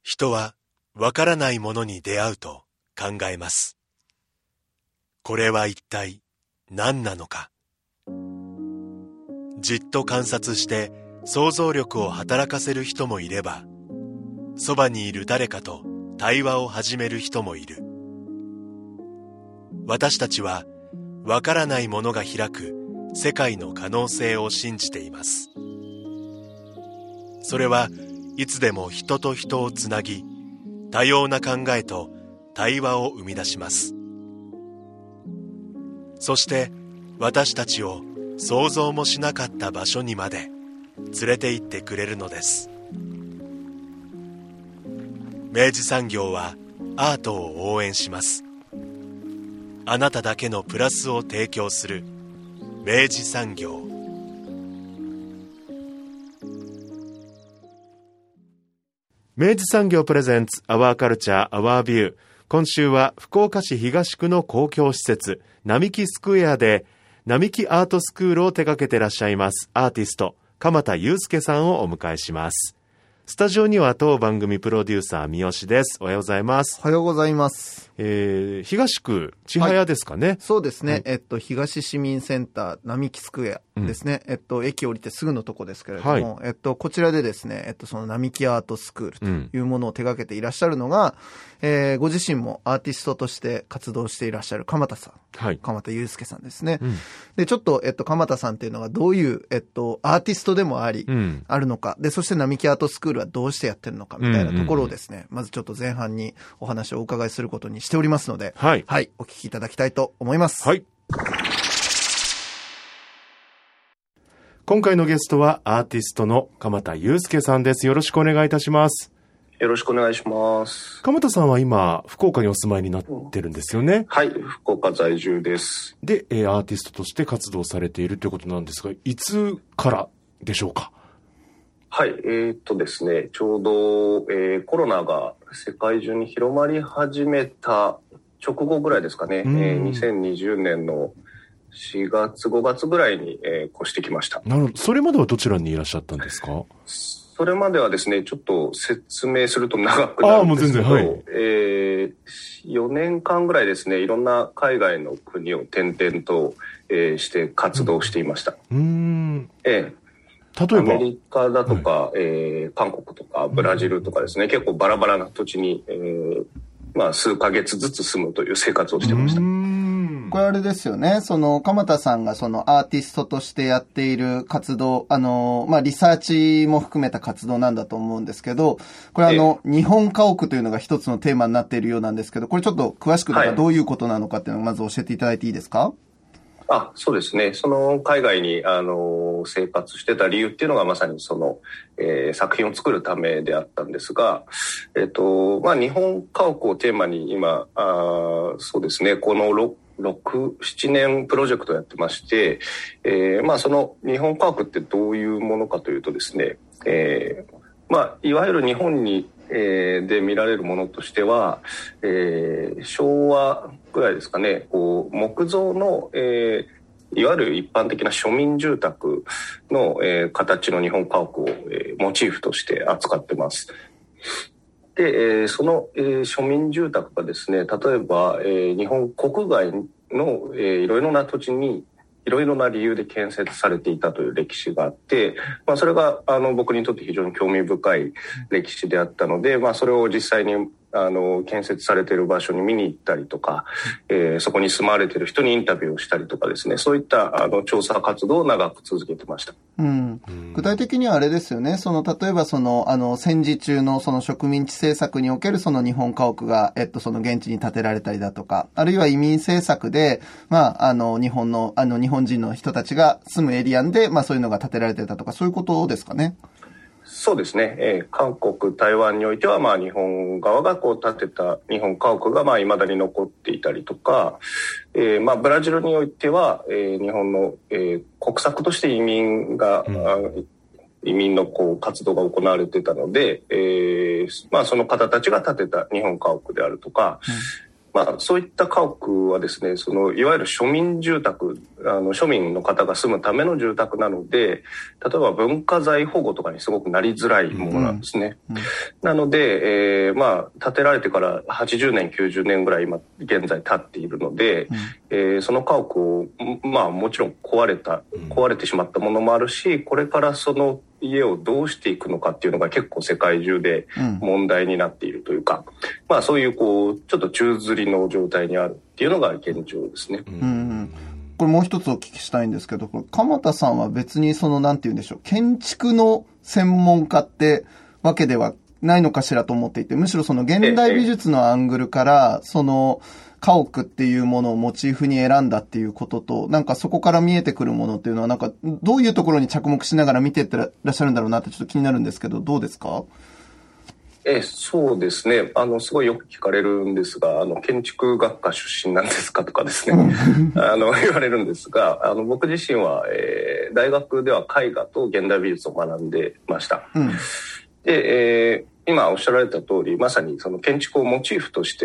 人はわからないものに出会うと考えます。これは一体何なのか。じっと観察して想像力を働かせる人もいれば、そばにいる誰かと対話を始める人もいる。私たちはわからないものが開く世界の可能性を信じています。それはいつでも人と人をつなぎ、多様な考えと対話を生み出します。そして私たちを想像もしなかった場所にまで連れて行ってくれるのです。明治産業はアートを応援します。あなただけのプラスを提供する明治産業。明治産業プレゼンツアワーカルチャーアワービュー。今週は福岡市東区の公共施設並木スクエアで並木アートスクールを手掛けていらっしゃいますアーティスト鎌田祐介さんをお迎えします。スタジオには当番組プロデューサー三好です。おはようございます。 おはようございます。 東区千早ですかね、はい、 そうですね、東市民センター並木スクエアですね、駅降りてすぐのとこですけれども、はい、こちらでですね、その並木アートスクールというものを手掛けていらっしゃるのが、ご自身もアーティストとして活動していらっしゃる鎌田さん、はい、鎌田祐介さんですね、でちょっと、鎌田さんっていうのがどういう、アーティストでもあり、あるのかで、そして並木アートスクールはどうしてやってるのかみたいなところをですね、まずちょっと前半にお話をお伺いすることにしておりますので、はい、はい、お聞きいただきたいと思います。はい。 今回のゲストはアーティストの鎌田祐介さんです。よろしくお願いいたします。 よろしくお願いします。 鎌田さんは今福岡にお住まいになってるんですよね。 はい、福岡在住です。 で、アーティストとして活動されているということなんですが、いつからでしょうか？ はい、ですね、ちょうど、コロナが世界中に広まり始めた直後ぐらいですかね、2020年の4月5月ぐらいに、越してきました。 なるほど。それまではどちらにいらっしゃったんですか？ それまではですね、ちょっと説明すると長くなるんですけど、4年間ぐらいですね、いろんな海外の国を転々と、して活動していました。例えばアメリカだとか、韓国とかブラジルとかですね、結構バラバラな土地に、数ヶ月ずつ住むという生活をしてました。 これあれですよね、その鎌田さんがそのアーティストとしてやっている活動、リサーチも含めた活動なんだと思うんですけど、これ日本家屋というのが一つのテーマになっているようなんですけど、これちょっと詳しくどういうことなのかっていうのをまず教えていただいていいですか？ そうですね。その海外に生活してた理由っていうのがまさにその、作品を作るためであったんですが、日本家屋をテーマに今そうですね、この6、7年プロジェクトやってまして、その日本家屋ってどういうものかというとですね、いわゆる日本にで見られるものとしては、昭和ぐらいですかね、こう木造の、いわゆる一般的な庶民住宅の、形の日本家屋を、モチーフとして扱ってます。で、その、庶民住宅がですね、例えば、日本国外の、いろいろな土地にいろいろな理由で建設されていたという歴史があって、それが僕にとって非常に興味深い歴史であったので、それを実際に建設されている場所に見に行ったりとか、そこに住まわれている人にインタビューをしたりとかですね、そういった調査活動を長く続けてました。 具体的にはあれですよね、例えば戦時中のその植民地政策におけるその日本家屋が、その現地に建てられたりだとか、あるいは移民政策で、日本人の人たちが住むエリアで、そういうのが建てられてたとか、そういうことですかね。 そうですね、韓国、台湾においては、日本側がこう建てた日本家屋が未だに残っていたりとか、ブラジルにおいては、日本の、国策として移民のこう活動が行われていたので、その方たちが建てた日本家屋であるとか、 そういった家屋はですね、いわゆる庶民住宅、庶民の方が住むための住宅なので、例えば文化財保護とかにすごくなりづらいものなんですね。なので、建てられてから80年、90年ぐらい今現在経っているので、その家屋を、もちろん壊れてしまったものもあるし、これからその家をどうしていくのかっていうのが結構世界中で問題になっているというか、そういうちょっと宙吊りの状態にあるっていうのが現状ですね。 これもう一つお聞きしたいんですけど、鎌田さんは別になんて言うんでしょう、建築の専門家ってわけではないのかしらと思っていて、むしろ現代美術のアングルから、家屋っていうものをモチーフに選んだっていうことと、なんかそこから見えてくるものっていうのは、なんかどういうところに着目しながら見てってらっしゃるんだろうなってちょっと気になるんですけど、どうですか？ そうですね。すごいよく聞かれるんですが、建築学科出身なんですかとかですね、言われるんですが、僕自身は、大学では絵画と現代美術を学んでました。で、今おっしゃられた通り、まさに建築をモチーフとして、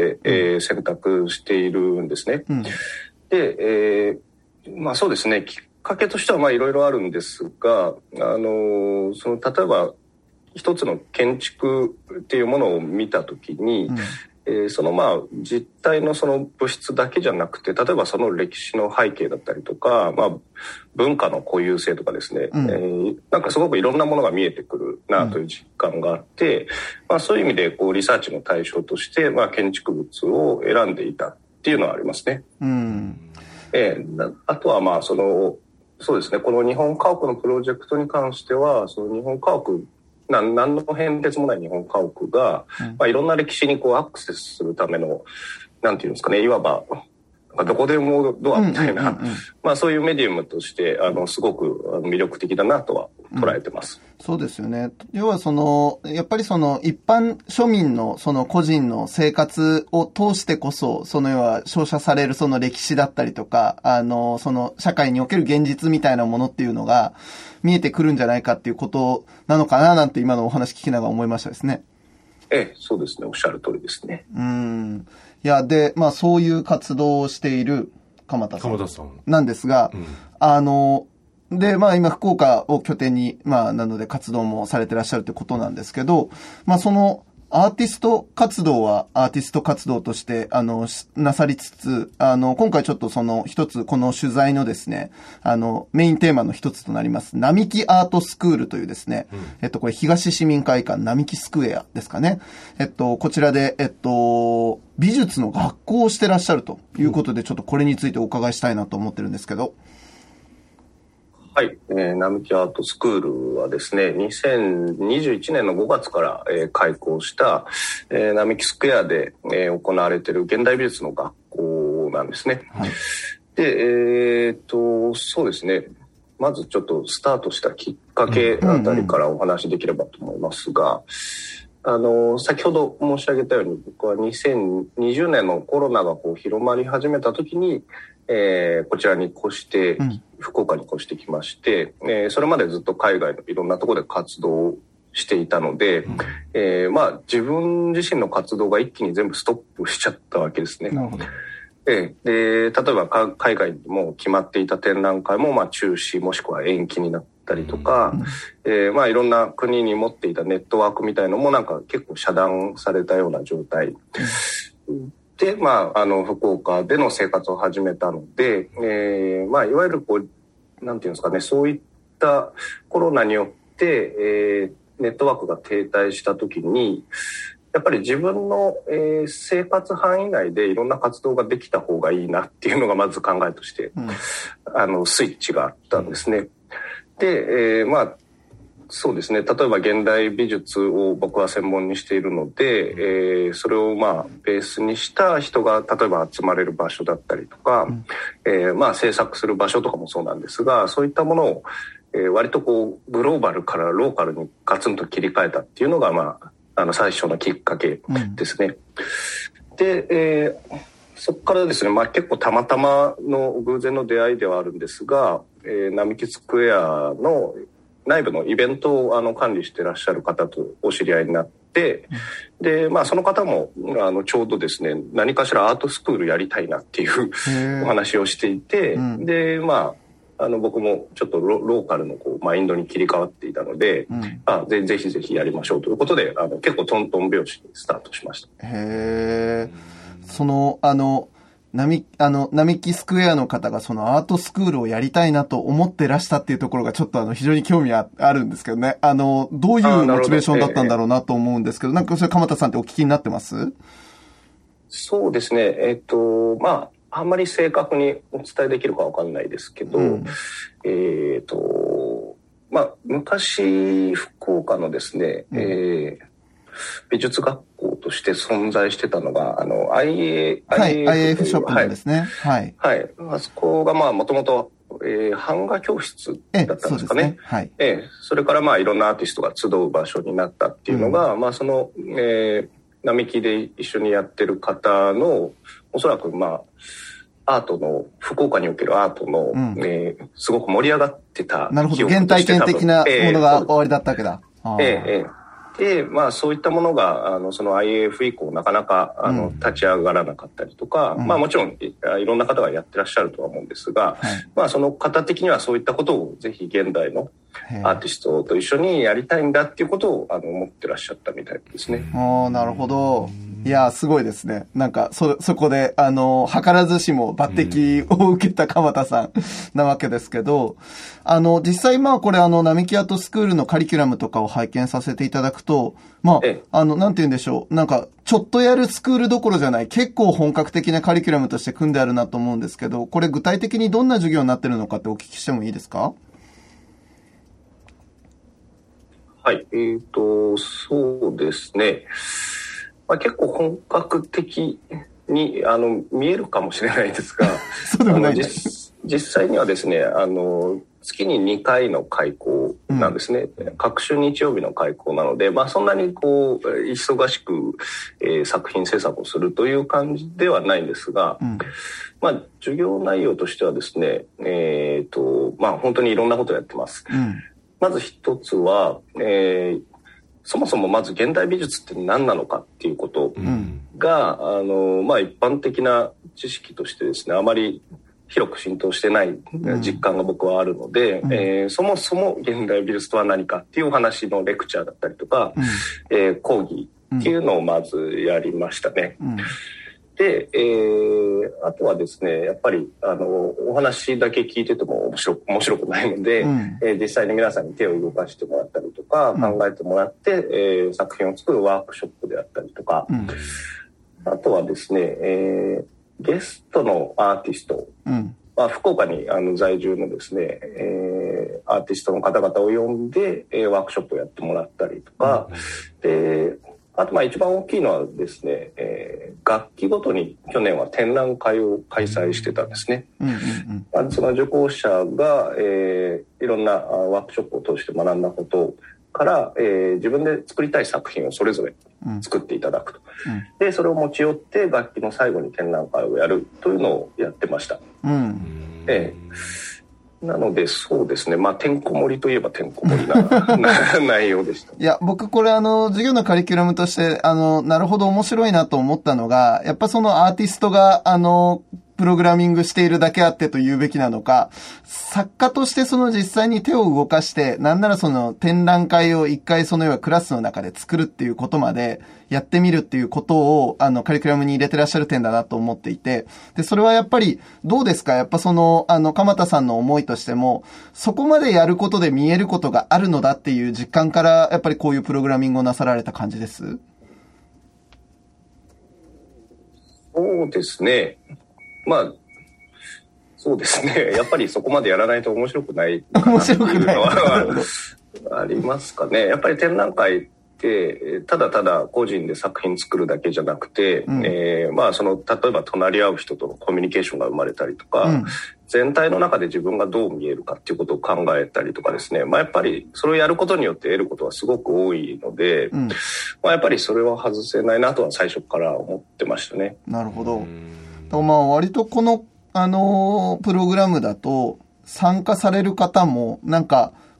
選択しているんですね。で、そうですね、きっかけとしてはいろいろあるんですが、例えば一つの建築っていうものを見たときに、実体の物質だけじゃなくて、例えばその歴史の背景だったりとか、文化の固有性とかですね、なんかすごくいろんなものが見えてくるなという実感があって、そういう意味でリサーチの対象として、建築物を選んでいたっていうのはありますね。あとはそうですね、この日本家屋のプロジェクトに関しては、日本家屋何の変哲もない日本家屋が、いろんな歴史にアクセスするための、なんていうんですかね、いわばどこでもドアみたいな、そういうメディウムとしてすごく魅力的だなとは捉えてます。 そうですよね。要はやっぱり一般庶民の個人の生活を通してこそ、要は照射される歴史だったりとか、社会における現実みたいなものっていうのが見えてくるんじゃないかっていうことなのかななんて今のお話聞きながら思いましたですね。 そうですね。おっしゃる通りですね。 いや、で、そういう活動をしている鎌田さんなんですが、で、今福岡を拠点に、なので活動もされてらっしゃるってことなんですけど、アーティスト活動はアーティスト活動として、なさりつつ、今回ちょっと一つこの取材のですね、メインテーマの一つとなります、並木アートスクールというですね、これ東市民会館並木スクエアですかね。こちらで、美術の学校をしてらっしゃるということで、ちょっとこれについてお伺いしたいなと思ってるんですけど。 はい、並木アートスクールはですね、2021年の5月から、開校した、並木スクエアで、行われている現代美術の学校なんですね。で、そうですね、まずちょっとスタートしたきっかけあたりからお話しできればと思いますが、先ほど申し上げたように、僕は2020年のコロナが広まり始めた時に、こちらに越して、福岡に越してきまして、それまでずっと海外のいろんなところで活動していたので、自分自身の活動が一気に全部ストップしちゃったわけですね。 なるほど。 で、例えば海外でも決まっていた展覧会も中止もしくは延期になったりとか、いろんな国に持っていたネットワークみたいのもなんか結構遮断されたような状態。で、福岡での生活を始めたので、いわゆるなんていうんですかね、そういったコロナによって、ネットワークが停滞した時に、やっぱり自分の、生活範囲内でいろんな活動ができた方がいいなっていうのがまず考えとして、スイッチがあったんですね。で、そうですね。例えば現代美術を僕は専門にしているので、それをベースにした人が例えば集まれる場所だったりとか、制作する場所とかもそうなんですが、そういったものを、割とグローバルからローカルにガツンと切り替えたっていうのが最初のきっかけですね。で、そこからですね、結構たまたまの偶然の出会いではあるんですが、並木スクエアの内部のイベントを管理してらっしゃる方とお知り合いになって、 で、まあその方もちょうどですね、何かしらアートスクールやりたいなっていうお話をしていて、で、まあ僕もちょっとローカルのマインドに切り替わっていたので、ぜひぜひやりましょうということで、結構トントン拍子にスタートしました。 へー。その、並木スクエアの方がそのアートスクールをやりたいなと思ってらしたっていうところがちょっと非常に興味あるんですけどね。どういうモチベーションだったんだろうなと思うんですけど、なんかそれ鎌田さんってお聞きになってます？ そうですね。まあ、あんまり正確にお伝えできるかわかんないですけど、まあ、昔、福岡のですね、美術学校として存在してたのが、 IAF ショップなんですね。 はい。はい。あそこが、まあ、もともと、版画教室だったんですかね。 ね、はい。 それから、まあ、いろんなアーティストが集う場所になったっていうのが、まあ、その、並木で一緒にやってる方の、おそらく、まあ、アートの、福岡におけるアートの、すごく盛り上がってた。 なるほど。原体験的なものが終わりだったわけだ。 で、まあそういったものが、その IAF 以降なかなか、立ち上がらなかったりとか、まあもちろん、いろんな方がやってらっしゃるとは思うんですが、まあその方的にはそういったことをぜひ現代のアーティストと一緒にやりたいんだっていうことを、思ってらっしゃったみたいですね。 なるほど。いや、すごいですね。なんか、そこで、図らずしも抜擢を受けた鎌田さんなわけですけど、実際まあこれ並木アートスクールのカリキュラムとかを拝見させていただくと、まあ、なんて言うんでしょう。なんか、ちょっとやるスクールどころじゃない、結構本格的なカリキュラムとして組んであるなと思うんですけど、これ具体的にどんな授業になってるのかってお聞きしてもいいですか？ はい。そうですね。まあ、結構本格的に見えるかもしれないですがそうでもない実際にはですね月に2回の開講なんですね、各週日曜日の開講なので、まあ、そんなに忙しく、作品制作をするという感じではないんですが、まあ、授業内容としてはですねまあ、本当にいろんなことをやってます、まず一つは、そもそもまず現代美術って何なのかっていうことが、まあ一般的な知識としてですね、あまり広く浸透してない実感が僕はあるので、そもそも現代美術とは何かっていうお話のレクチャーだったりとか、講義っていうのをまずやりましたね。で、あとはですね、やっぱりお話だけ聞いてても面白くないので、実際に皆さんに手を動かしてもらったりとか、考えてもらって、作品を作るワークショップであったりとか、あとはですね、ゲストのアーティスト、まあ、福岡に在住のですね、アーティストの方々を呼んで、ワークショップをやってもらったりとか、であとまあ一番大きいのはですね、楽器ごとに去年は展覧会を開催してたんですね。その受講者が、いろんなワークショップを通して学んだことから、自分で作りたい作品をそれぞれ作っていただくと。で、それを持ち寄って楽器の最後に展覧会をやるというのをやってました。なので、そうですね。まあ、てんこ盛りといえばてんこ盛りな内容でした。 いや、僕これ授業のカリキュラムとして、なるほど面白いなと思ったのが、やっぱそのアーティストが、プログラミングしているだけあってと言うべきなのか、作家としてその実際に手を動かして、なんならその展覧会を一回その要はクラスの中で作るっていうことまでやってみるっていうことを、カリキュラムに入れてらっしゃる点だなと思っていて、で、それはやっぱりどうですか？やっぱその、鎌田さんの思いとしても、そこまでやることで見えることがあるのだっていう実感から、やっぱりこういうプログラミングをなさられた感じです？ そうですね。まあ、そうですね。やっぱりそこまでやらないと面白くないかなっていうのはありますかね。やっぱり展覧会ってただただ個人で作品作るだけじゃなくて、まあその例えば隣り合う人とのコミュニケーションが生まれたりとか、全体の中で自分がどう見えるかっていうことを考えたりとかですね。まあやっぱりそれをやることによって得ることはすごく多いので、まあやっぱりそれは外せないなとは最初から思ってましたね。 なるほど。まあ割とこのプログラムだと参加される方もなんか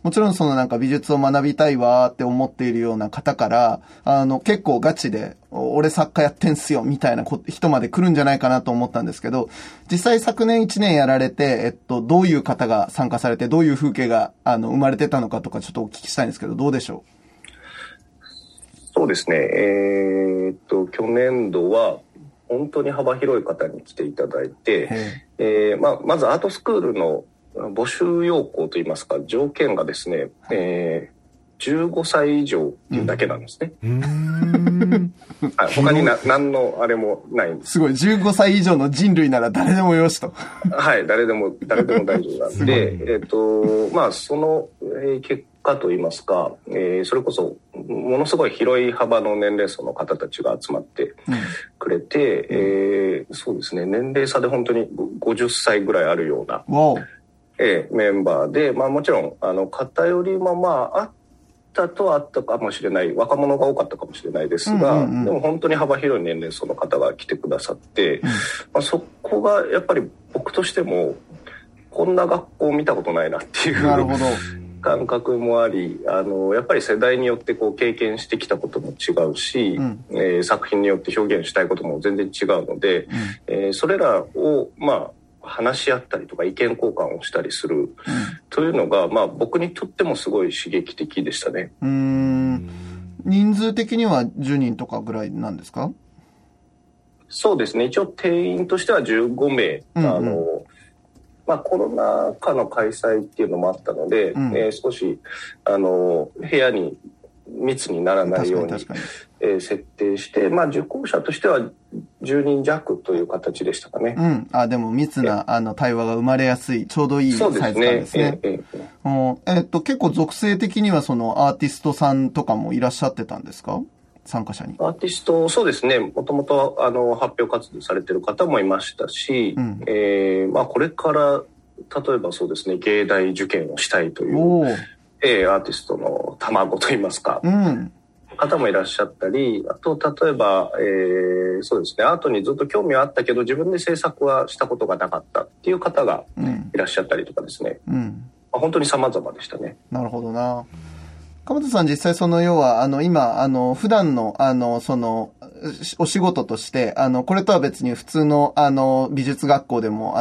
もちろんそのなんか美術を学びたいわーって思っているような方から、結構ガチで、俺作家やってんすよ、みたいな人まで来るんじゃないかなと思ったんですけど、実際昨年1年やられて、どういう方が参加されて、どういう風景が、生まれてたのかとかちょっとお聞きしたいんですけど、どうでしょう？ そうですね。去年度は、本当に幅広い方に来ていただいて、まずアートスクールの募集要項といいますか、条件がですね、15歳以上っていうだけなんですね。はい、他に何のあれもないんです。 すごい、15歳以上の人類なら誰でもよしと。 はい、誰でも大丈夫なんで、その結果といいますか、それこそものすごい広い幅の年齢層の方たちが集まってくれて、そうですね、年齢差で本当に50歳ぐらいあるような、メンバーで、もちろん偏りもあったかもしれない、若者が多かったかもしれないですが、でも本当に幅広い年齢層の方が来てくださって、そこがやっぱり僕としてもこんな学校見たことないなっていう感覚もあり、やっぱり世代によってこう経験してきたことも違うし、作品によって表現したいことも全然違うので、それらを話し合ったりとか意見交換をしたりするというのが、僕にとってもすごい刺激的でしたね。 人数的には10人とかぐらいなんですか？ そうですね、一応定員としては15名、コロナ禍の開催っていうのもあったので、少し部屋に密にならないように設定して、受講者としては10人弱という形でしたかね。 でも密な対話が生まれやすい、ちょうどいいサイズ感ですね。結構属性的にはそのアーティストさんとかもいらっしゃってたんですか？参加者に。 アーティスト、そうですね、もともと発表活動されてる方もいましたし、これから例えばそうですね、芸大受験をしたいというアーティストの卵といいますか、方もいらっしゃったり、あと例えば、そうですね、アートにずっと興味はあったけど自分で制作はしたことがなかったっていう方がいらっしゃったりとかですね、本当に様々でしたね。 なるほどな。鎌田さん実際その要は今普段のそのお仕事としてこれとは別に普通の美術学校でも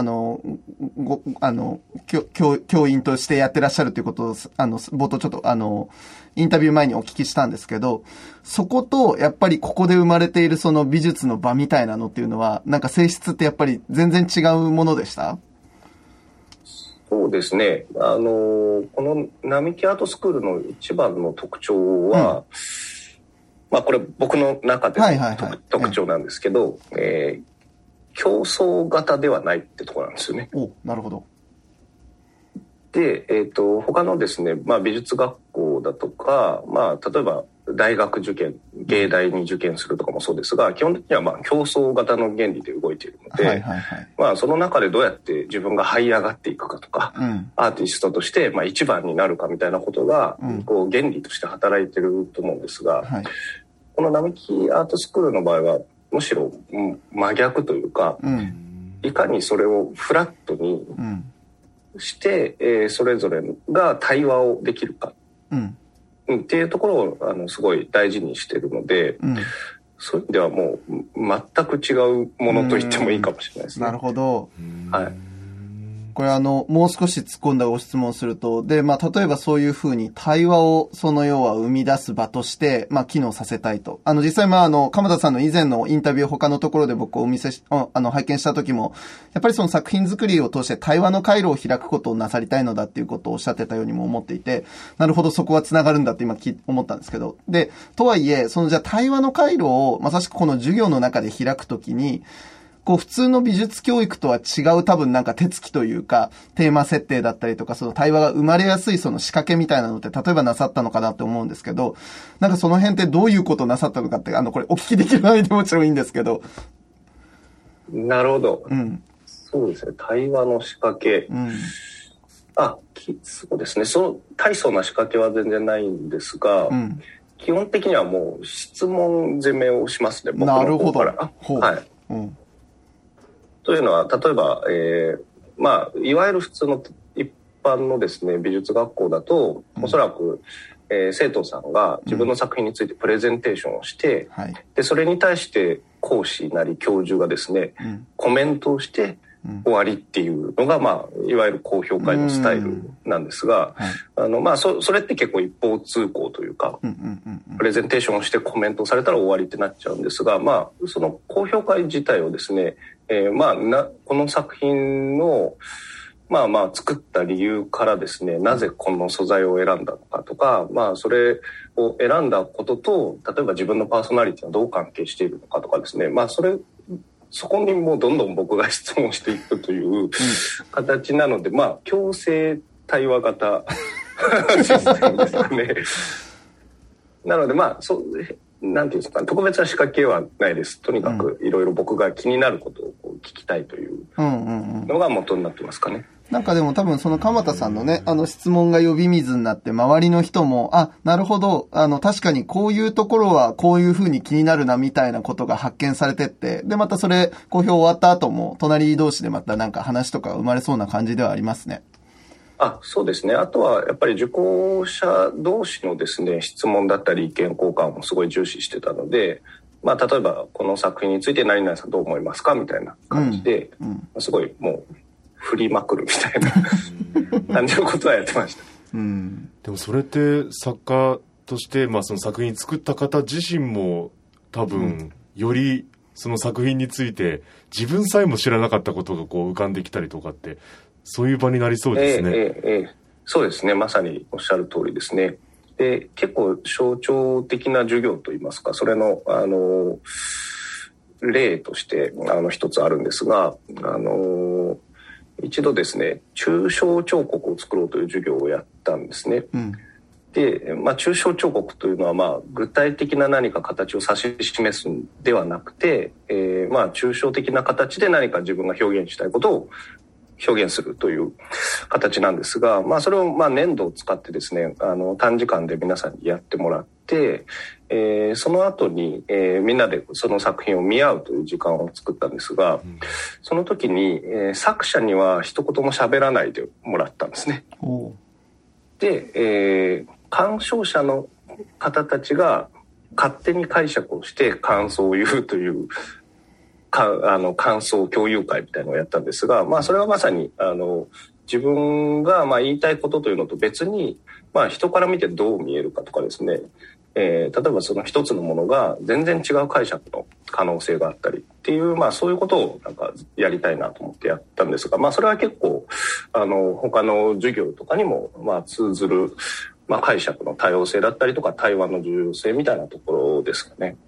教員としてやってらっしゃるということを冒頭ちょっとインタビュー前にお聞きしたんですけど、そことやっぱりここで生まれているその美術の場みたいなのっていうのはなんか性質ってやっぱり全然違うものでした？ そうですね、この並木アートスクールの一番の特徴は、これ僕の中での特徴なんですけど、競争型ではないってところなんですよね。 なるほど。 で、他のですね、美術学校だとか、例えば大学受験、芸大に受験するとかもそうですが、基本的には競争型の原理で動いているので、その中でどうやって自分が這い上がっていくかとか、アーティストとして一番になるかみたいなことが、こう原理として働いてると思うんですが、この並木アートスクールの場合はむしろ真逆というか、いかにそれをフラットにして、それぞれが対話をできるか、っていうところをすごい大事にしてるので、そういう意味ではもう全く違うものと言ってもいいかもしれないですね。 なるほど。 はい。 これもう少し突っ込んだご質問すると、で、例えばそういうふうに対話をその要は生み出す場として、機能させたいと。実際鎌田さんの以前のインタビュー他のところで僕拝見した時も、やっぱりその作品作りを通して対話の回路を開くことをなさりたいのだっていうことをおっしゃってたようにも思っていて、なるほどそこは繋がるんだって今思ったんですけど。で、とはいえ、じゃあ対話の回路をまさしくこの授業の中で開くときに、普通の美術教育とは違う多分なんか手つきというか、テーマ設定だったりとか、その対話が生まれやすいその仕掛けみたいなのって例えばなさったのかなって思うんですけど、なんかその辺ってどういうことをなさったのかって、これお聞きできる範囲でもちろんいいんですけど。 なるほど。そうですね。対話の仕掛け。そうですね。大層な仕掛けは全然ないんですが、基本的にはもう質問攻めをしますね。僕の方から。なるほど。はい。というのは、例えば、いわゆる普通の一般のですね美術学校だとおそらく、生徒さんが自分の作品についてプレゼンテーションをして、でそれに対して講師なり教授がですね、コメントをして終わりっていうのが、いわゆる高評会のスタイルなんですが、それって結構一方通行というか、プレゼンテーションをしてコメントされたら終わりってなっちゃうんですが、その高評会自体をですね、この作品の作った理由からですね、なぜこの素材を選んだのかとか、それを選んだことと例えば自分のパーソナリティはどう関係しているのかとかですね、そこにもうどんどん僕が質問していくという形なので、強制対話型システムですかね。なのでなんていうんですか、特別な仕掛けはないです。とにかくいろいろ僕が気になることを聞きたいというのが元になってますかね。 なんかでも多分その鎌田さんのね、質問が呼び水になって周りの人も、なるほど、確かにこういうところはこういう風に気になるなみたいなことが発見されてって、でまたそれ公表終わった後も隣同士でまたなんか話とか生まれそうな感じではありますね。 そうですね。あとはやっぱり受講者同士のですね、質問だったり意見交換もすごい重視してたので、例えばこの作品について何々さんどう思いますかみたいな感じで、すごいもう振りまくるみたいな感じのことはやってました。 でもそれって作家として、その作品作った方自身も多分、よりその作品について自分さえも知らなかったことがこう浮かんできたりとかってそういう場になりそうですね。 そうですね。まさにおっしゃる通りですね。で、結構象徴的な授業といいますか、それの例として一つあるんですが、一度ですね、抽象彫刻を作ろうという授業をやったんですね。で、抽象彫刻というのは具体的な何か形を指し示すんではなくて、抽象的な形で何か自分が表現したいことを表現するという形なんですが、それを粘土を使ってですね、短時間で皆さんにやってもらって、その後に、みんなでその作品を見合うという時間を作ったんですが、その時に、作者には一言も喋らないでもらったんですね。で、鑑賞者の方たちが勝手に解釈をして感想を言うという感想共有会みたいなのをやったんですが、それはまさに自分が言いたいことというのと別に、人から見てどう見えるかとかですね、例えばその一つのものが全然違う解釈の可能性があったりっていう、そういうことをなんかやりたいなと思ってやったんですが、それは結構他の授業とかにも通ずる、解釈の多様性だったりとか対話の重要性みたいなところですかね。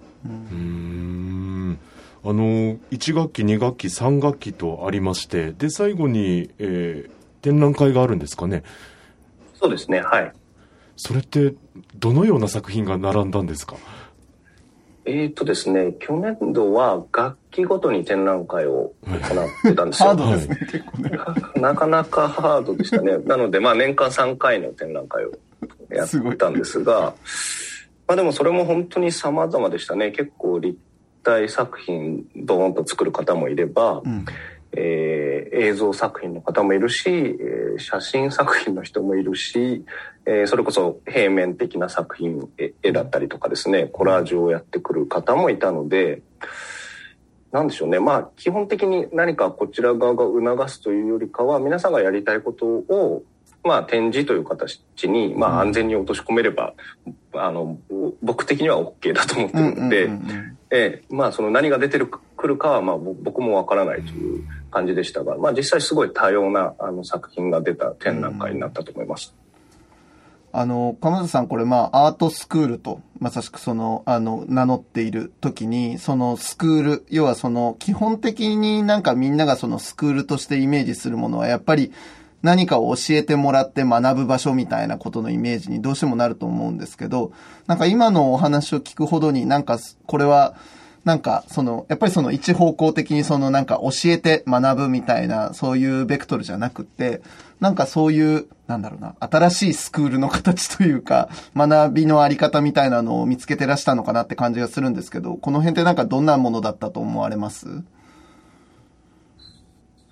1学期2学期3学期とありまして、で最後に、展覧会があるんですかね。 そうですね、はい。 それってどのような作品が並んだんですか。 ですね、去年度は学期ごとに展覧会を行ってたんですよ。 ハードですね、結構ね。 なかなかハードでしたね。なので年間3回の展覧会をやったんですが、でもそれも本当に様々でしたね。結構立体作品ドーンと作る方もいれば、映像作品の方もいるし、写真作品の人もいるし、それこそ平面的な作品、絵だったりとかですね、コラージュをやってくる方もいたので、なんでしょうね、基本的に何かこちら側が促すというよりかは、皆さんがやりたいことを展示という形に、安全に落とし込めれば、僕的には OK だと思ってるので、その何が出てくるかは、僕もわからないという感じでしたが、実際すごい多様な作品が出た展覧会になったと思います。 鎌田さん、これアートスクールとまさしく名乗っている時に、そのスクール、要は基本的になんかみんながそのスクールとしてイメージするものはやっぱり何かを教えてもらって学ぶ場所みたいなことのイメージにどうしてもなると思うんですけど、なんか今のお話を聞くほどになんかこれはなんかやっぱり一方向的になんか教えて学ぶみたいなそういうベクトルじゃなくて、なんかそういう新しいスクールの形というか学びのあり方みたいなのを見つけてらしたのかなって感じがするんですけど、この辺ってなんかどんなものだったと思われます？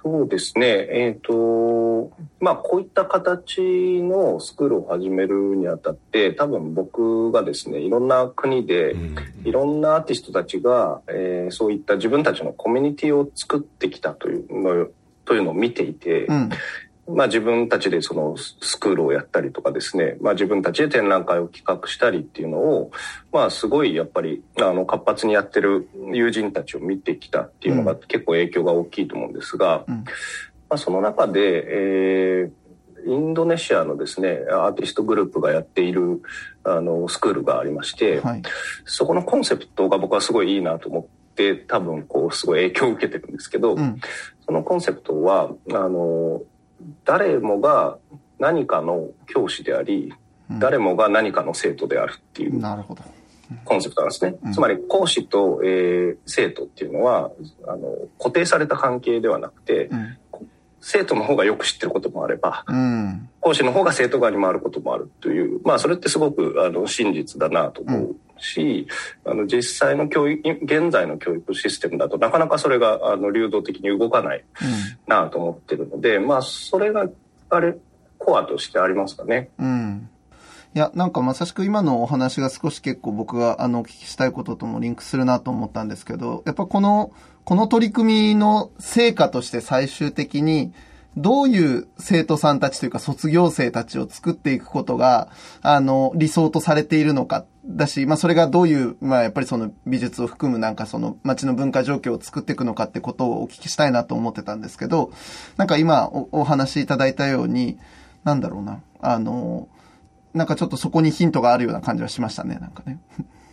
そうですね。まあ、こういった形のスクールを始めるにあたって、多分僕がですね、いろんな国で、いろんなアーティストたちが、そういった自分たちのコミュニティを作ってきたというのを見ていて、まあ自分たちでそのスクールをやったりとかですね、まあ自分たちで展覧会を企画したりっていうのを、まあすごいやっぱり活発にやってる友人たちを見てきたっていうのが結構影響が大きいと思うんですが、まあその中で、インドネシアのですね、アーティストグループがやっているスクールがありまして、そこのコンセプトが僕はすごいいいなと思って多分こうすごい影響を受けてるんですけど、そのコンセプトは誰もが何かの教師であり、誰もが何かの生徒であるっていうコンセプトなんですね。つまり講師と、生徒っていうのは固定された関係ではなくて、生徒の方がよく知ってることもあれば、講師の方が生徒側に回ることもあるという、まあそれってすごく真実だなと思うし、実際の現在の教育システムだとなかなかそれが流動的に動かないなと思ってるので、まあそれがコアとしてありますかね。 いや、なんかまさしく今のお話が少し結構僕がお聞きしたいことともリンクするなと思ったんですけど、やっぱこの取り組みの成果として最終的にどういう生徒さんたちというか卒業生たちを作っていくことが理想とされているのかだし、まあそれがどういうまあやっぱりその美術を含むなんかその街の文化状況を作っていくのかってことをお聞きしたいなと思ってたんですけど、なんか今お話しいただいたようになんだろうななんかちょっとそこにヒントがあるような感じはしましたね、なんかね。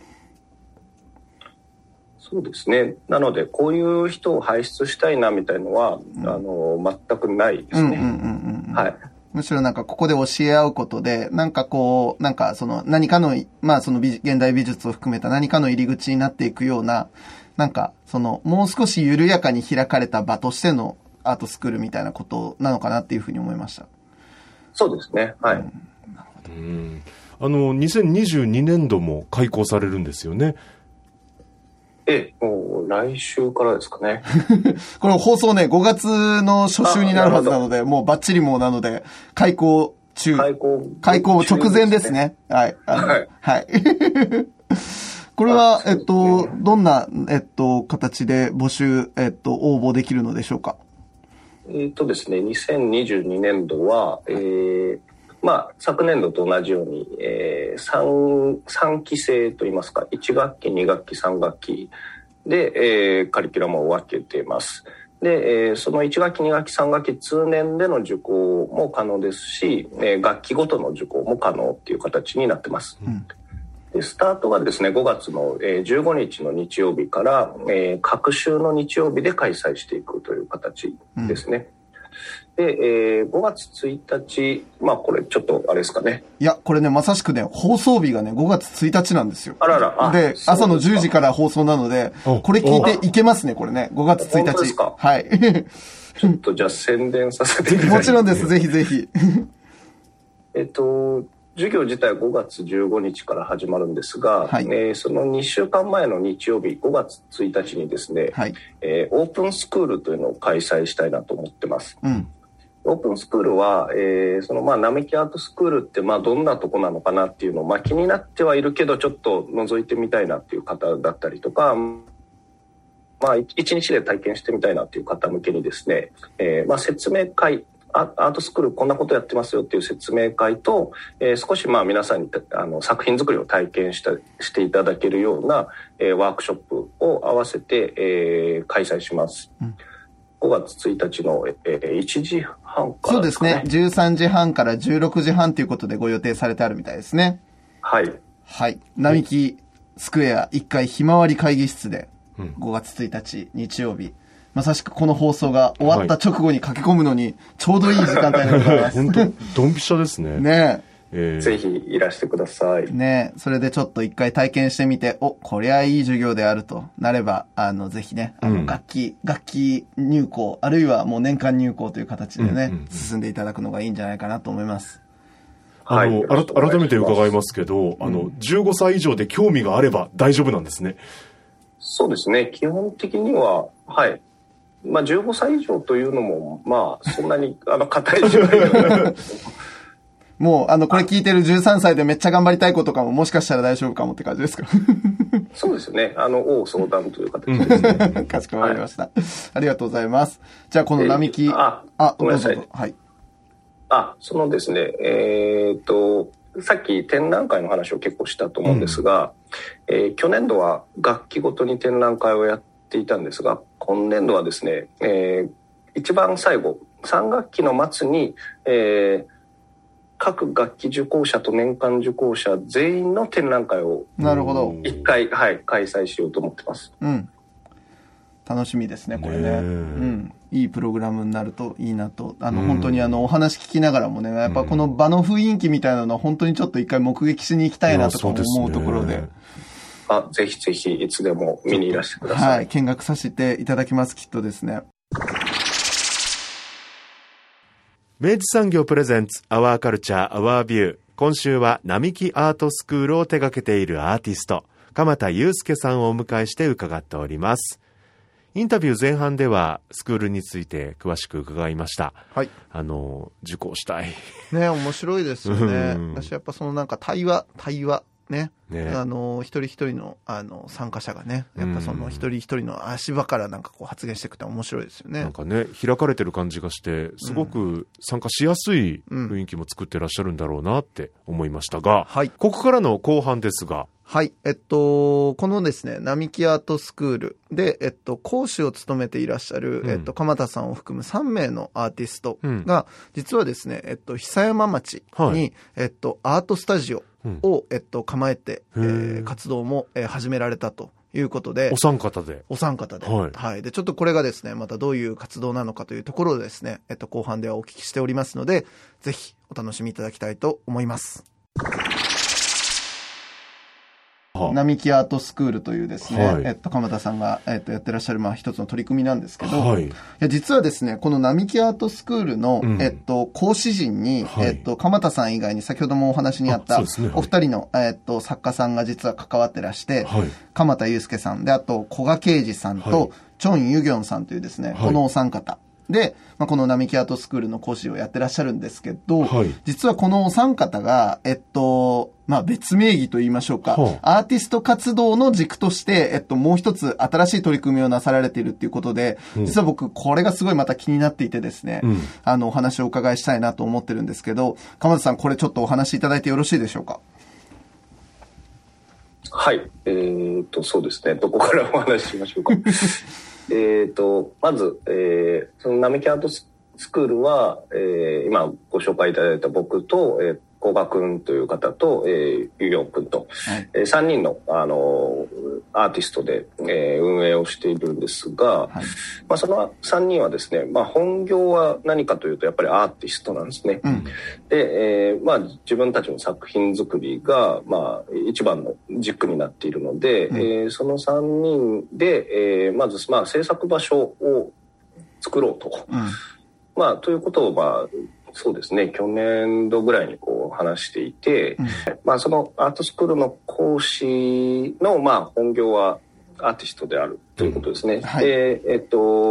そうですね。なので、こういう人を輩出したいなみたいのは、全くないですね。はい。 むしろなんかここで教え合うことで、なんかこう、なんかその何かの、まあその現代美術を含めた何かの入り口になっていくような、なんかそのもう少し緩やかに開かれた場としてのアートスクールみたいなことなのかなっていうふうに思いました。 そうですね。はい。 2022年度も開講されるんですよね。 もう来週からですかね。 この放送ね、5月の初週になるはずなので、もうバッチリもうなので、開講直前ですね。はい。はい。これは、どんな、形で募集、応募できるのでしょうか。 ですね、2022年度は、まあ、昨年度と同じように、3期制といいますか、1学期、2学期、3学期で、カリキュラムを分けています。で、その1学期、2学期、3学期通年での受講も可能ですし、学期ごとの受講も可能っていう形になってます。でスタートがですね、5月の15日の日曜日から、各週の日曜日で開催していくという形ですね。で、5月1日、まあこれちょっとあれですかね。 いや、これね、まさしくね、放送日がね、5月1日なんですよ。 あらら。 で、朝の10時から放送なので、これ聞いていけますね、これね。5月1日。 本当ですか？ はい。 ちょっとじゃあ宣伝させてください。 もちろんです、ぜひぜひ。 授業自体は5月15日から始まるんですが、はい、その2週間前の日曜日5月1日にですね、はい、オープンスクールというのを開催したいなと思ってます。オープンスクールは、その並木アートスクールってどんなとこなのかなっていうのを気になってはいるけどちょっと覗いてみたいなっていう方だったりとか、一日で体験してみたいなっていう方向けにですね、説明会、アートスクールこんなことやってますよっていう説明会と、少し皆さんに作品作りを体験していただけるような、ワークショップを合わせて、開催します。5月1日の、1時半からですかね。 そうですね。13時半から16時半ということでご予定されてあるみたいですね。 はい。 はい。並木スクエア1階ひまわり会議室で5月1日日曜日。まさしくこの放送が終わった直後に駆け込むのにちょうどいい時間帯でございます。 本当ドンピシャですね。 ねぜひいらしてください。 ねそれでちょっと一回体験してみて、こりゃいい授業であるとなれば、ぜひね、楽器入校、あるいはもう年間入校という形でね、進んでいただくのがいいんじゃないかなと思います。 改めて伺いますけど、15歳以上で興味があれば大丈夫なんですね。 そうですね。基本的には、はい。 15歳以上というのも、そんなに、硬い縛りはない。 もう、これ聞いてる13歳でめっちゃ頑張りたい子とかももしかしたら大丈夫かもって感じですか？ そうですね。相談という形ですね。 かしこまりました。ありがとうございます。じゃあ、この並木。 ごめんなさい。 はい。 そのですね、さっき展覧会の話を結構したと思うんですが、去年度は学期ごとに展覧会をやっていたんですが、今年度はですね、一番最後、3学期の末に、各学期受講者と年間受講者全員の展覧会を1回、開催しようと思ってます。 楽しみですね、これね。いいプログラムになるといいなと。本当にお話聞きながらもね、やっぱこの場の雰囲気みたいなのは本当にちょっと一回目撃しに行きたいなとか思うところで。 ぜひぜひいつでも見にいらしてください。 見学させていただきます、きっとですね。 明治産業プレゼンツアワーカルチャーアワービュー。今週は並木アートスクールを手掛けているアーティスト鎌田祐介さんをお迎えして伺っております。インタビュー前半ではスクールについて詳しく伺いました。 はい。 受講したいね、面白いですよね。私やっぱそのなんか対話ね、一人一人の参加者がね、やっぱその一人一人の足場からなんかこう発言していくと面白いですよね。 なんかね、開かれてる感じがしてすごく参加しやすい雰囲気も作ってらっしゃるんだろうなって思いましたが、ここからの後半ですが、 はい。このですね、並木アートスクールで、講師を務めていらっしゃる、鎌田さんを含む3名のアーティストが、実はですね、久山町に、アートスタジオを、構えて、活動も、始められたということで。 お三方で。 はい。で、ちょっとこれがですね、またどういう活動なのかというところをですね、後半ではお聞きしておりますので、ぜひお楽しみいただきたいと思います。並木アートスクールというですね、鎌田さんが、やってらっしゃる、一つの取り組みなんですけど、いや実はですね、この並木アートスクールの、講師陣に、鎌田さん以外に先ほどもお話にあった、お二人の、作家さんが実は関わってらして、鎌田祐介さんで、あと、古賀啓二さんと、チョン・ユギョンさんというですね、このお三方。で、この並木アートスクールの講師をやってらっしゃるんですけど、実はこのお三方が、別名義と言いましょうか、アーティスト活動の軸として、もう一つ新しい取り組みをなさられているっていうことで、実は僕、これがすごいまた気になっていてですね、お話をお伺いしたいなと思ってるんですけど、鎌田さん、これちょっとお話しいただいてよろしいでしょうか？ はい。そうですね。どこからお話ししましょうか。まず、その並木アートスクールは、今ご紹介いただいた僕と、古賀くんという方と、ユギョンくんと、3人の、アーティストで、運営をしているんですが、その3人はですね、本業は何かというとやっぱりアーティストなんですね。で、自分たちの作品作りが、一番の軸になっているので、その3人で、まず、制作場所を作ろうと。ということを、そうですね、去年度ぐらいに話していて、そのアートスクールの講師の本業はアーティストであるということですね。で、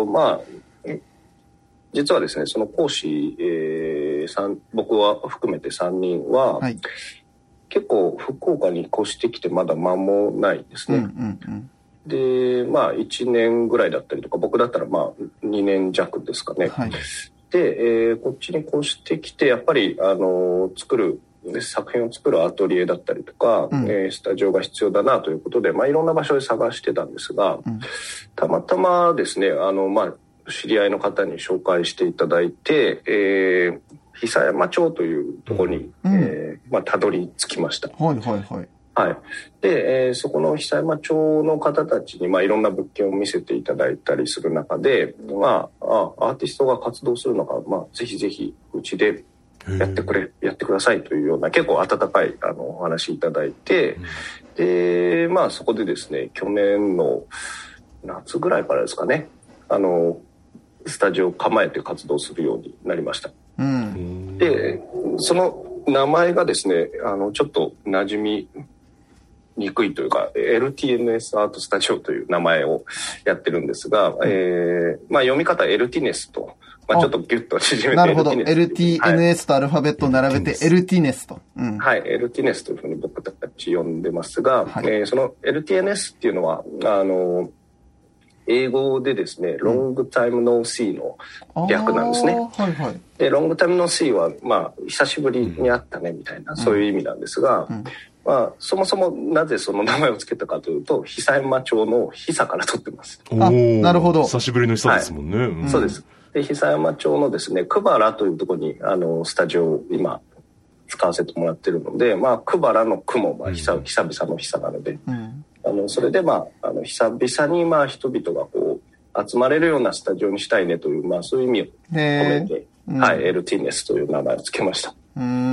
実はですね、その講師、僕は含めて3人は、結構福岡に越してきてまだ間もないですね。で、1年ぐらいだったりとか、僕だったら2年弱ですかね。で、こっちに越してきてやっぱり作品を作るアトリエだったりとか、スタジオが必要だなということで、いろんな場所で探してたんですが、たまたまですね、知り合いの方に紹介していただいて、久山町というところに、たどり着きました。で、そこの久山町の方たちに、いろんな物件を見せていただいたりする中で、アーティストが活動するのが、ぜひぜひうちでやってくださいというような結構温かいお話いただいて、で、そこでですね、去年の夏ぐらいからですかね、スタジオを構えて活動するようになりました。で、その名前がですね、ちょっと馴染みにくいというか LTNS アートスタジオという名前をやってるんですが、読み方は LTNS と、ちょっとギュッと縮めてなるほど。LTNS とアルファベットを並べて LTNS と。 はい、LTNS というふうに僕たち呼んでますが、その LTNS っていうのは、英語でですね、ロングタイムノーシーの略なんですね。で、ロングタイムノーシーは、久しぶりに会ったねみたいな、そういう意味なんですが、そもそもなぜその名前を付けたかというと、久山町の久から取ってます。 なるほど。 久しぶりの久ですもんね。 そうです。で、久山町のですね、久原というところに、スタジオを今、使わせてもらってるので、久原の久も、久々の久なので、それで、久々に、人々がこう、集まれるようなスタジオにしたいねという、そういう意味を込めて、LTNS という名前を付けました。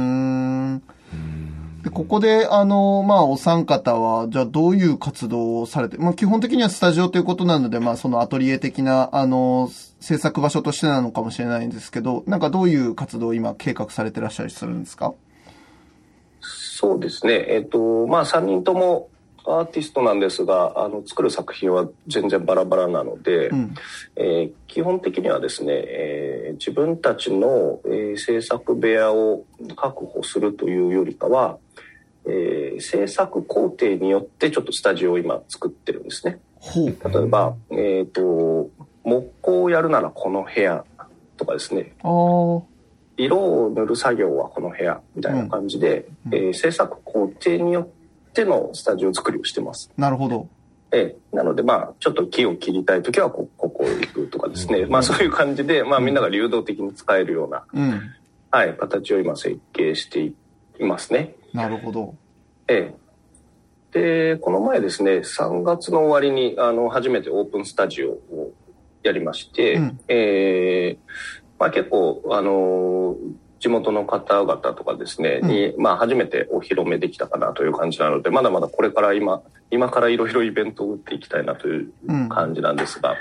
でここで、お三方は、じゃあどういう活動をされて、基本的にはスタジオということなので、そのアトリエ的な、制作場所としてなのかもしれないんですけど、なんかどういう活動を今計画されてらっしゃるするんですか？ そうですね。3人ともアーティストなんですが、作る作品は全然バラバラなので、基本的にはですね、自分たちの、制作部屋を確保するというよりかは、制作工程によってちょっとスタジオを今作ってるんですね。例えば、木工をやるならこの部屋とかですね、色を塗る作業はこの部屋みたいな感じで、制作工程によってのスタジオ作りをしてます。 なるほど。 なのでちょっと木を切りたいときはここ行くとかですね、そういう感じで、みんなが流動的に使えるような、形を今設計していますね。 なるほど。 で、この前ですね、3月の終わりに初めてオープンスタジオをやりまして、結構地元の方々とかですね、に初めてお披露目できたかなという感じなので、まだまだこれから今からいろいろイベントを打っていきたいなという感じなんですが、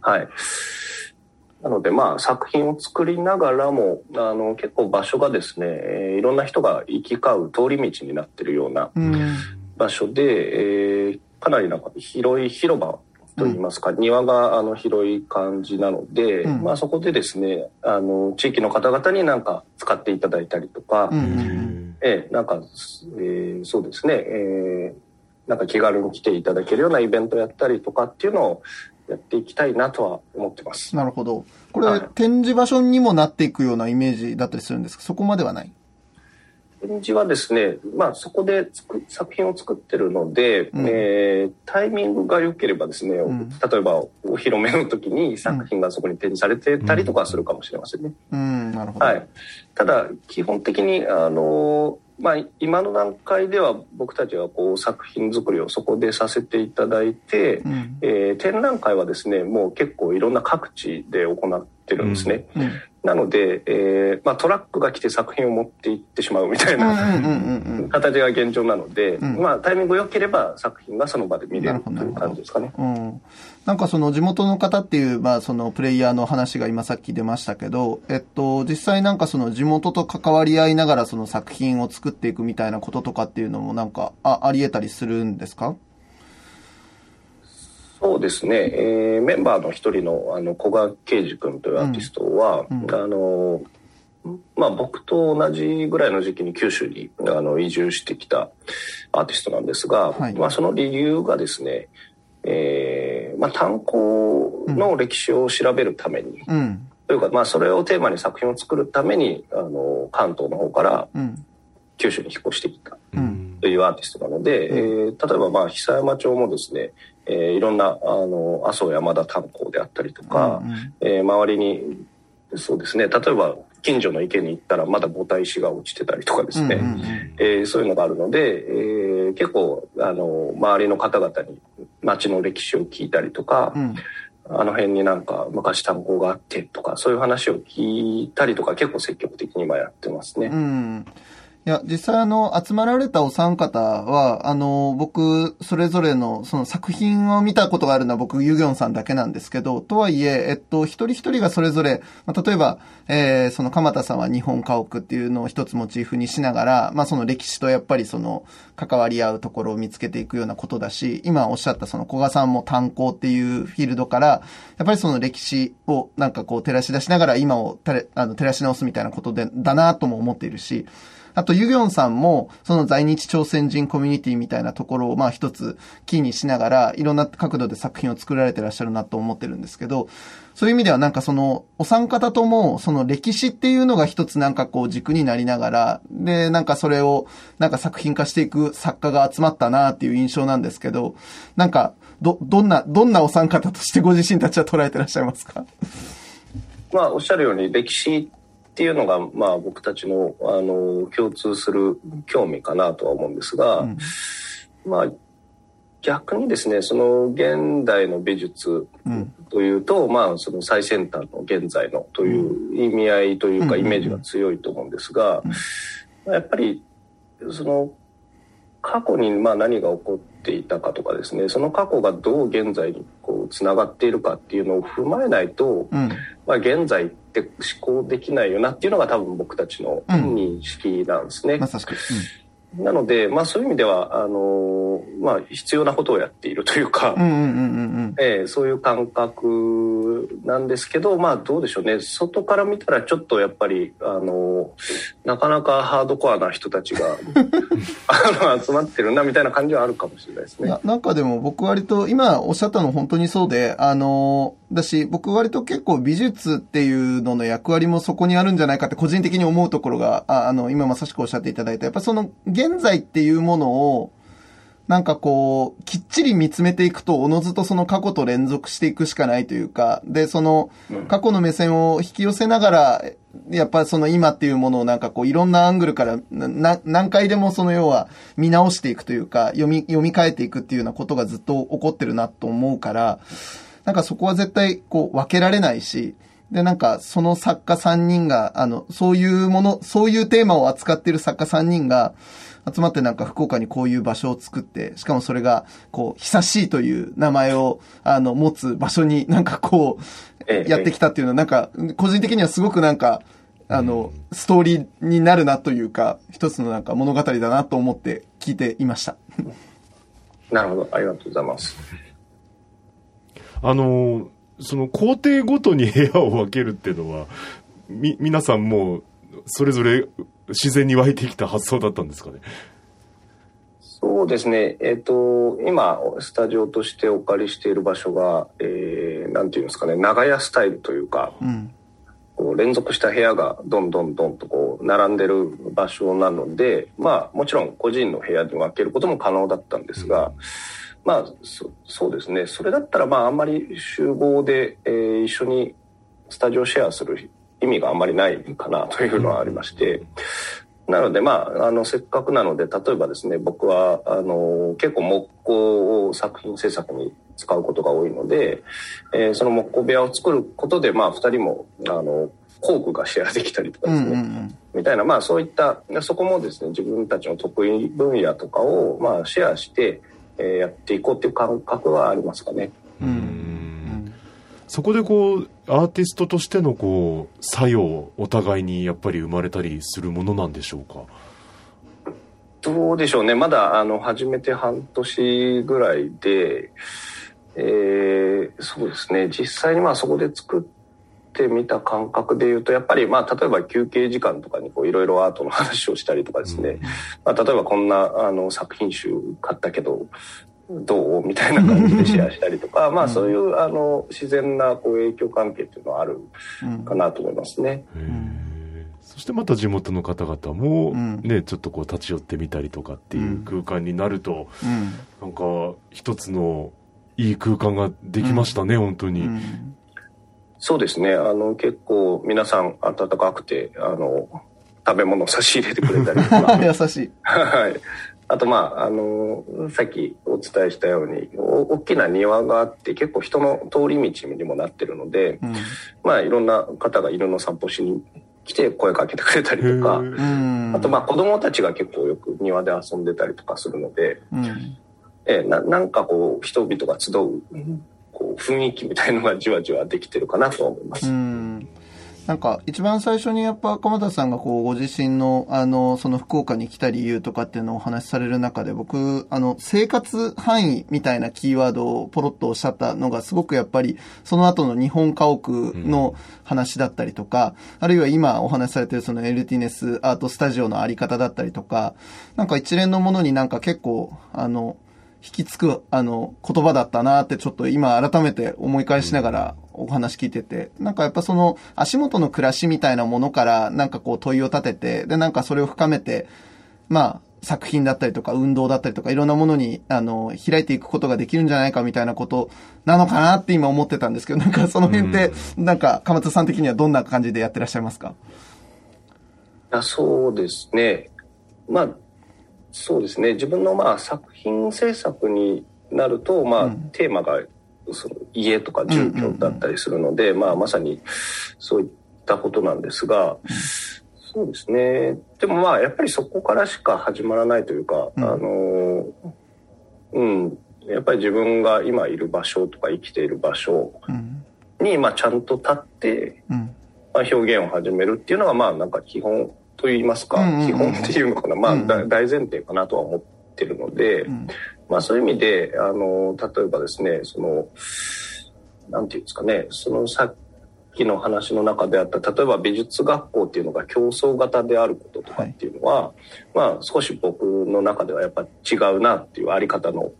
なので作品を作りながらも結構場所がですね、いろんな人が行き交う通り道になっているような場所で、かなりなんか広い広場といいますか、庭が広い感じなので、そこでですね、地域の方々になんか使っていただいたりとか、なんか、そうですね、なんか気軽に来ていただけるようなイベントをやったりとかっていうのをやっていきたいなとは思ってます。 なるほど。これ、展示場所にもなっていくようなイメージだったりするんですか？そこまではない？ 展示はですね、そこで作品を作ってるので、タイミングが良ければですね、例えばお披露目の時に作品がそこに展示されてたりとかするかもしれませんね。 なるほど。 ただ基本的に今の段階では僕たちはこう作品作りをそこでさせていただいて、展覧会はですね、もう結構いろんな各地で行ってるんですね。なので、トラックが来て作品を持って行ってしまうみたいな形が現状なので、タイミング良ければ作品がその場で見れるという感じですかね。 なんかその地元の方っていう、そのプレイヤーの話が今さっき出ましたけど、実際なんかその地元と関わり合いながらその作品を作っていくみたいなこととかっていうのもなんかあり得たりするんですか？ そうですね、メンバーの一人の古賀圭司君というアーティストは、僕と同じぐらいの時期に九州に移住してきたアーティストなんですが、その理由がですね、炭鉱の歴史を調べるために、というかそれをテーマに作品を作るために関東の方から九州に引っ越してきたというアーティストなので、例えば久山町もですね、いろんな阿蘇山田炭鉱であったりとか、周りにそうですね、例えば近所の池に行ったらまだボタ石が落ちてたりとかですね、そういうのがあるので、結構周りの方々に町の歴史を聞いたりとか、あの辺になんか昔炭鉱があってとか、そういう話を聞いたりとか結構積極的に今やってますね。 いや、実際集まられたお三方は、僕、それぞれの、その作品を見たことがあるのは僕、ユギョンさんだけなんですけど、とはいえ、一人一人がそれぞれ、例えば、その鎌田さんは日本家屋っていうのを一つモチーフにしながら、その歴史とやっぱりその、関わり合うところを見つけていくようなことだし、今おっしゃったその古賀さんも炭鉱っていうフィールドから、やっぱりその歴史をなんかこう照らし出しながら今を照らし直すみたいなことで、だなとも思っているし、あと、ユギョンさんも、その在日朝鮮人コミュニティみたいなところを、一つキーにしながら、いろんな角度で作品を作られてらっしゃるなと思ってるんですけど、そういう意味ではなんかその、お三方とも、その歴史っていうのが一つなんかこう軸になりながら、で、なんかそれを、なんか作品化していく作家が集まったなっていう印象なんですけど、なんか、どんなお三方としてご自身たちは捉えてらっしゃいますか？ おっしゃるように、歴史っていうのが、僕たちの、共通する興味かなとは思うんですが、逆にですね、その現代の美術というと、その最先端の現在のという意味合いというか、イメージが強いと思うんですが、やっぱり、その、過去に何が起こっていたかとかですね、その過去がどう現在にこうつながっているかっていうのを踏まえないと、現在って思考できないよなっていうのが多分僕たちの認識なんですね。 確かに。 なので、そういう意味では必要なことをやっているというか、そういう感覚なんですけど、どうでしょうね、外から見たらちょっとやっぱりなかなかハードコアな人たちが集まってるなみたいな感じはあるかもしれないですね。 なんかでも僕割と今おっしゃったの本当にそうで、だし僕割と結構美術っていうのの役割もそこにあるんじゃないかって個人的に思うところが、今まさしくおっしゃっていただいた、やっぱその現在っていうものをなんかこう、きっちり見つめていくと、おのずとその過去と連続していくしかないというか、で、その過去の目線を引き寄せながら、やっぱその今っていうものをなんかこういろんなアングルから何回でもその要は見直していくというか、読み替えていくっていうようなことがずっと起こってるなと思うから、なんかそこは絶対こう分けられないし、で、なんかその作家3人が、そういうテーマを扱っている作家3人が、集まってなんか福岡にこういう場所を作って、しかもそれが、こう、久しいという名前を、持つ場所になんかこう、やってきたっていうのはなんか、個人的にはすごくなんか、ストーリーになるなというか、一つのなんか物語だなと思って聞いていました。 なるほど、ありがとうございます。 その工程ごとに部屋を分けるっていうのは、皆さんもう、それぞれ自然に湧いてきた発想だったんですかね。 そうですね。今スタジオとしてお借りしている場所が、なんていうんですかね、長屋スタイルというか、こう連続した部屋がどんどんとこう並んでる場所なので、もちろん個人の部屋に分けることも可能だったんですが、そうですね。それだったらあんまり集合で、一緒にスタジオシェアする意味があんまりないかなというのはありまして、なのでせっかくなので、例えばですね、僕は結構木工を作品制作に使うことが多いので、その木工部屋を作ることで2人も工具がシェアできたりとかですね、みたいなそういったそこもですね、自分たちの得意分野とかをシェアしてやっていこうっていう感覚はありますかね。 そこでこうアーティストとしてのこう作用お互いにやっぱり生まれたりするものなんでしょうか。 どうでしょうね。まだ始めて半年ぐらいで、そうですね、実際にそこで作ってみた感覚でいうと、やっぱり例えば休憩時間とかにいろいろアートの話をしたりとかですね、例えばこんな作品集買ったけどどうみたいな感じでシェアしたりとかそういう自然な影響関係っていうのはあるかなと思いますね。 そしてまた地元の方々もね、ちょっと立ち寄ってみたりとかっていう空間になると、なんか一つのいい空間ができましたね、本当に。 そうですね。結構皆さん温かくて食べ物を差し入れてくれたりとか優しい。 はい。あとさっきお伝えしたように大きな庭があって結構人の通り道にもなってるので、いろんな方が犬の散歩しに来て声かけてくれたりとか、 あと子供たちが結構よく庭で遊んでたりとかするので、なんか人々が集う雰囲気みたいのがじわじわできてるかなと思います。 なんか一番最初にやっぱ鎌田さんがご自身のその福岡に来た理由とかっていうのをお話しされる中で、僕生活範囲みたいなキーワードをポロッとおっしゃったのがすごくやっぱりその後の日本家屋の話だったりとか、あるいは今お話しされているそのエルティネスアートスタジオのあり方だったりとか、なんか一連のものになんか結構引きつく言葉だったなってちょっと今改めて思い返しながらお話聞いてて、なんかやっぱその足元の暮らしみたいなものからなんか問いを立てて、でなんかそれを深めて作品だったりとか運動だったりとかいろんなものに開いていくことができるんじゃないかみたいなことなのかなって今思ってたんですけど、なんかその辺ってなんか鎌田さん的にはどんな感じでやってらっしゃいますか？ そうですね。そうですね。自分の作品制作になると、テーマがその家とか住居だったりするので、まさにそういったことなんですが、そうですね。でもやっぱりそこからしか始まらないというか、やっぱり自分が今いる場所とか生きている場所にちゃんと立って、表現を始めるっていうのがなんか基本と言いますか、基本っていうのかな、大前提かなとは思ってるので、そういう意味で例えばですね、なんていうんですかね、さっきの話の中であった例えば美術学校っていうのが競争型であることとかっていうのは、少し僕の中ではやっぱ違うなっていうあり方の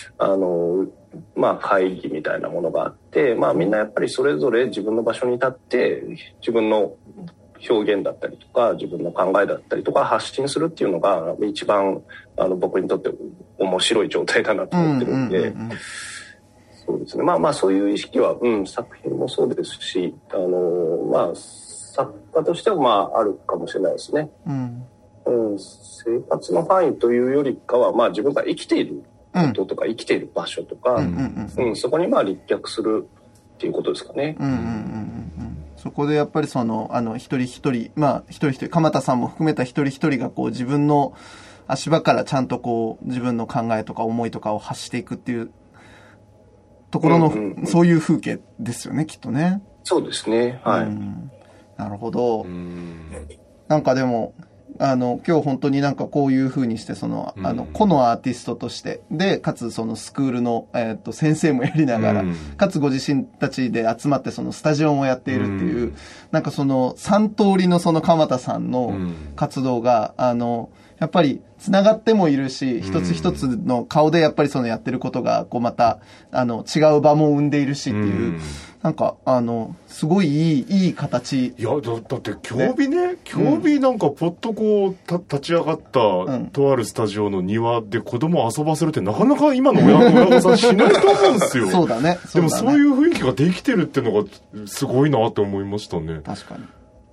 会議みたいなものがあって、みんなやっぱりそれぞれ自分の場所に立って自分の表現だったりとか自分の考えだったりとか発信するっていうのが一番僕にとって面白い状態だなと思ってるんで、そうですね。そういう意識は、作品もそうですし、作家としてもあるかもしれないですね。生活の範囲というよりかは、自分が生きていることとか、生きている場所とか、そこに立脚するっていうことですかね。 そこでやっぱり一人一人鎌田さんも含めた一人一人が自分の足場からちゃんと自分の考えとか思いとかを発していくっていうところの、そういう風景ですよね、きっとね。 そうですね。はい。 なるほど。なんかでも今日本当になんかこういう風にして個のアーティストとしてでかつそのスクールの先生もやりながら、かつご自身たちで集まってそのスタジオもやっているっていう、なんか3通りの鎌田さんの活動がやっぱり繋がってもいるし、一つ一つの顔でやっぱりやってることがまた違う場も生んでいるしっていう。なんかすごいいい形。 いやだって競技なんかポッと立ち上がった、とあるスタジオの庭で子供遊ばせるってなかなか今の親御さんしないと思うんですよ。 そうだね。 でもそういう雰囲気ができてるっていうのがすごいなって思いましたね。 確かに。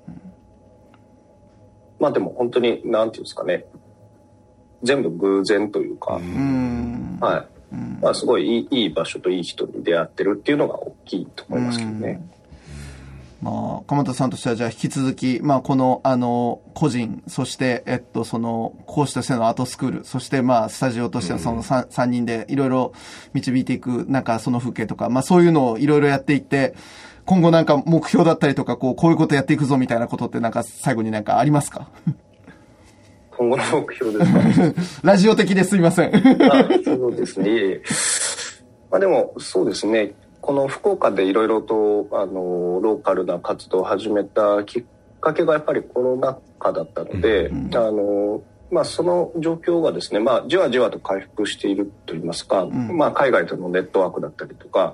でも本当になんていうんですかね、全部偶然というか、はい。すごいいい場所といい人に出会ってるっていうのが大きいと思いますけどね。 鎌田さんとしてはじゃあ引き続き、この個人、そして講師としてのアートスクール、そしてスタジオとしての3人でいろいろ導いていく、なんかその風景とか、そういうのをいろいろやっていって、今後なんか目標だったりとか、こういうことやっていくぞみたいなことってなんか最後になんかありますか？ 今後の目標ですか？ ラジオ的ですいません。 そうですね。でもそうですね。この福岡でいろいろとローカルな活動を始めたきっかけがやっぱりコロナ禍だったので、その状況がですね、じわじわと回復しているといいますか、海外とのネットワークだったりとか、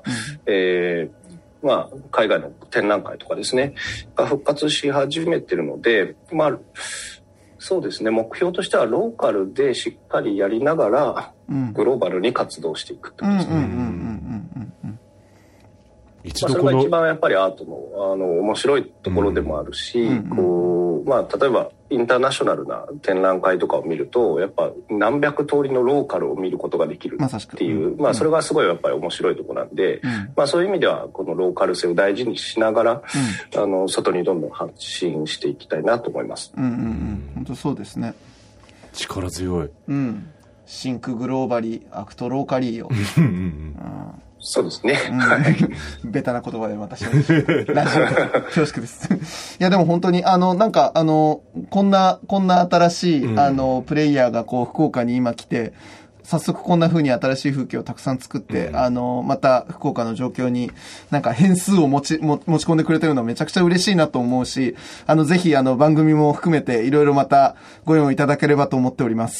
海外の展覧会とかですねが復活し始めているので、そうですね、目標としてはローカルでしっかりやりながらグローバルに活動していくってことですね。それが一番やっぱりアートの面白いところでもあるし、 例えばインターナショナルな展覧会とかを見るとやっぱ何百通りのローカルを見ることができるっていう、それがすごいやっぱり面白いところなんで、そういう意味ではこのローカル性を大事にしながら、外にどんどん発信していきたいなと思います。 本当そうですね。 力強い。 シンクグローバリーアクトローカリーをそうですね。 ベタな言葉で私はラジオで恐縮です。いやでも本当になんかこんな新しいプレイヤーがこう福岡に今来て、早速こんな風に新しい風景をたくさん作って、また福岡の状況になんか変数を持ち込んでくれてるのはめちゃくちゃ嬉しいなと思うし、ぜひ番組も含めていろいろまたご用意いただければと思っております。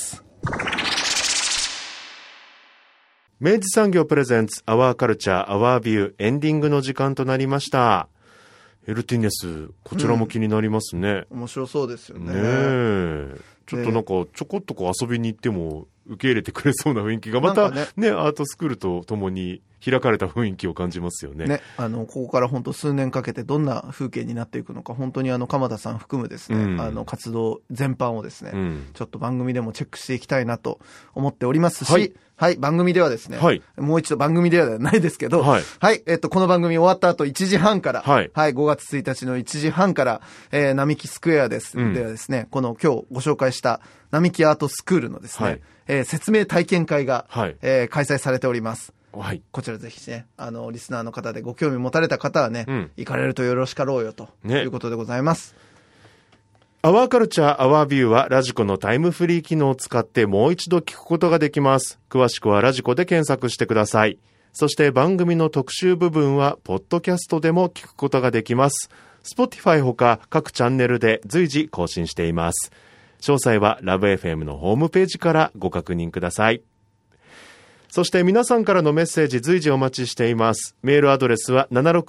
明治産業プレゼンツアワーカルチャーアワービュー、エンディングの時間となりました。エルティネス、こちらも気になりますね。 面白そうですよね。 ちょっとなんかちょこっとこう遊びに行っても受け入れてくれそうな雰囲気がまたね、アートスクールとともに開かれた雰囲気を感じますよね。 ここから本当数年かけてどんな風景になっていくのか、本当に鎌田さん含むですね、活動全般をですね、ちょっと番組でもチェックしていきたいなと思っておりますし、番組ではですね、もう一度番組ではないですけど、この番組終わった後1時半から、5月1日の1時半から、並木スクエアです。ではですね、この今日ご紹介した並木アートスクールのですね、説明体験会が、開催されております。こちらぜひね、リスナーの方でご興味持たれた方はね、行かれるとよろしかろうよということでございます。 アワーカルチャーアワービューはラジコのタイムフリー機能を使ってもう一度聞くことができます。詳しくはラジコで検索してください。そして番組の特集部分はポッドキャストでも聞くことができます。Spotify ほか各チャンネルで随時更新しています。詳細はラブ FM のホームページからご確認ください。そして皆さんからのメッセージ随時お待ちしています。メールアドレスは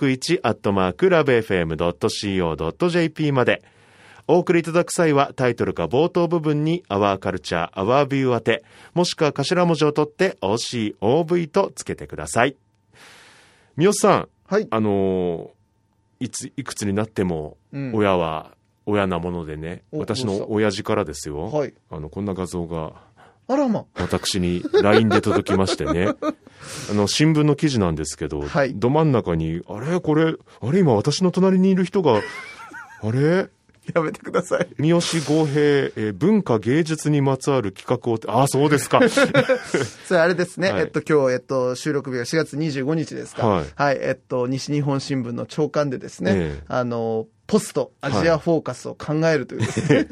761@lovefm.co.jp まで。お送りいただく際はタイトルか冒頭部分にアワーカルチャーアワービュー宛て、もしくは頭文字を取って OCOV とつけてください。三好さん、いくつになっても親は親なものでね、私の親父からですよ、こんな画像が私に LINE で届きましてね新聞の記事なんですけど、ど真ん中にあれ今私の隣にいる人があれやめてください。 三好豪平、文化芸術にまつわる企画をそうですかそれあれですね、今日、収録日が4月25日ですか。西日本新聞の朝刊でですね、ポストアジアフォーカスを考えるというですね、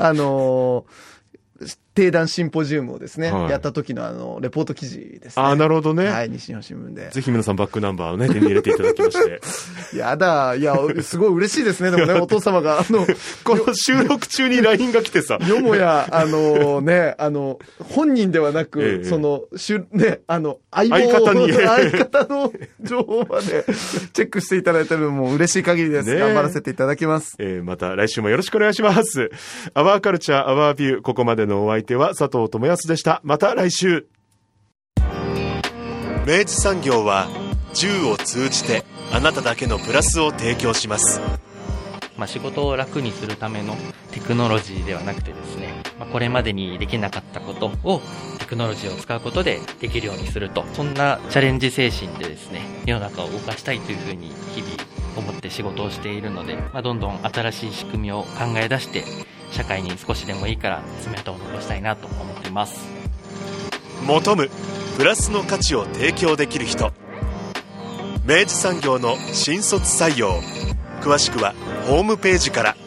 定談シンポジウムをですね、やった時のレポート記事ですね。 なるほどね。 西日本新聞で。 ぜひ皆さんバックナンバーをね、手に入れていただきまして。 やだ。いや、すごい嬉しいですね。でもね、お父様が、 この収録中に LINE が来てさ。 よもや、本人ではなく、相方の情報までチェックしていただいてるのも嬉しい限りです。頑張らせていただきます。 また来週もよろしくお願いします。アワーカルチャーアワービュー、ここまでのお相手は佐藤智康でした。また来週。明治産業は10を通じてあなただけのプラスを提供します。 仕事を楽にするためのテクノロジーではなくてですね、これまでにできなかったことをテクノロジーを使うことでできるようにすると、そんなチャレンジ精神でですね、世の中を動かしたいというふうに日々思って仕事をしているので、どんどん新しい仕組みを考え出して社会に少しでもいいから爪痕を残したいなと思っています。 求むプラスの価値を提供できる人、明治産業の新卒採用、詳しくはホームページから。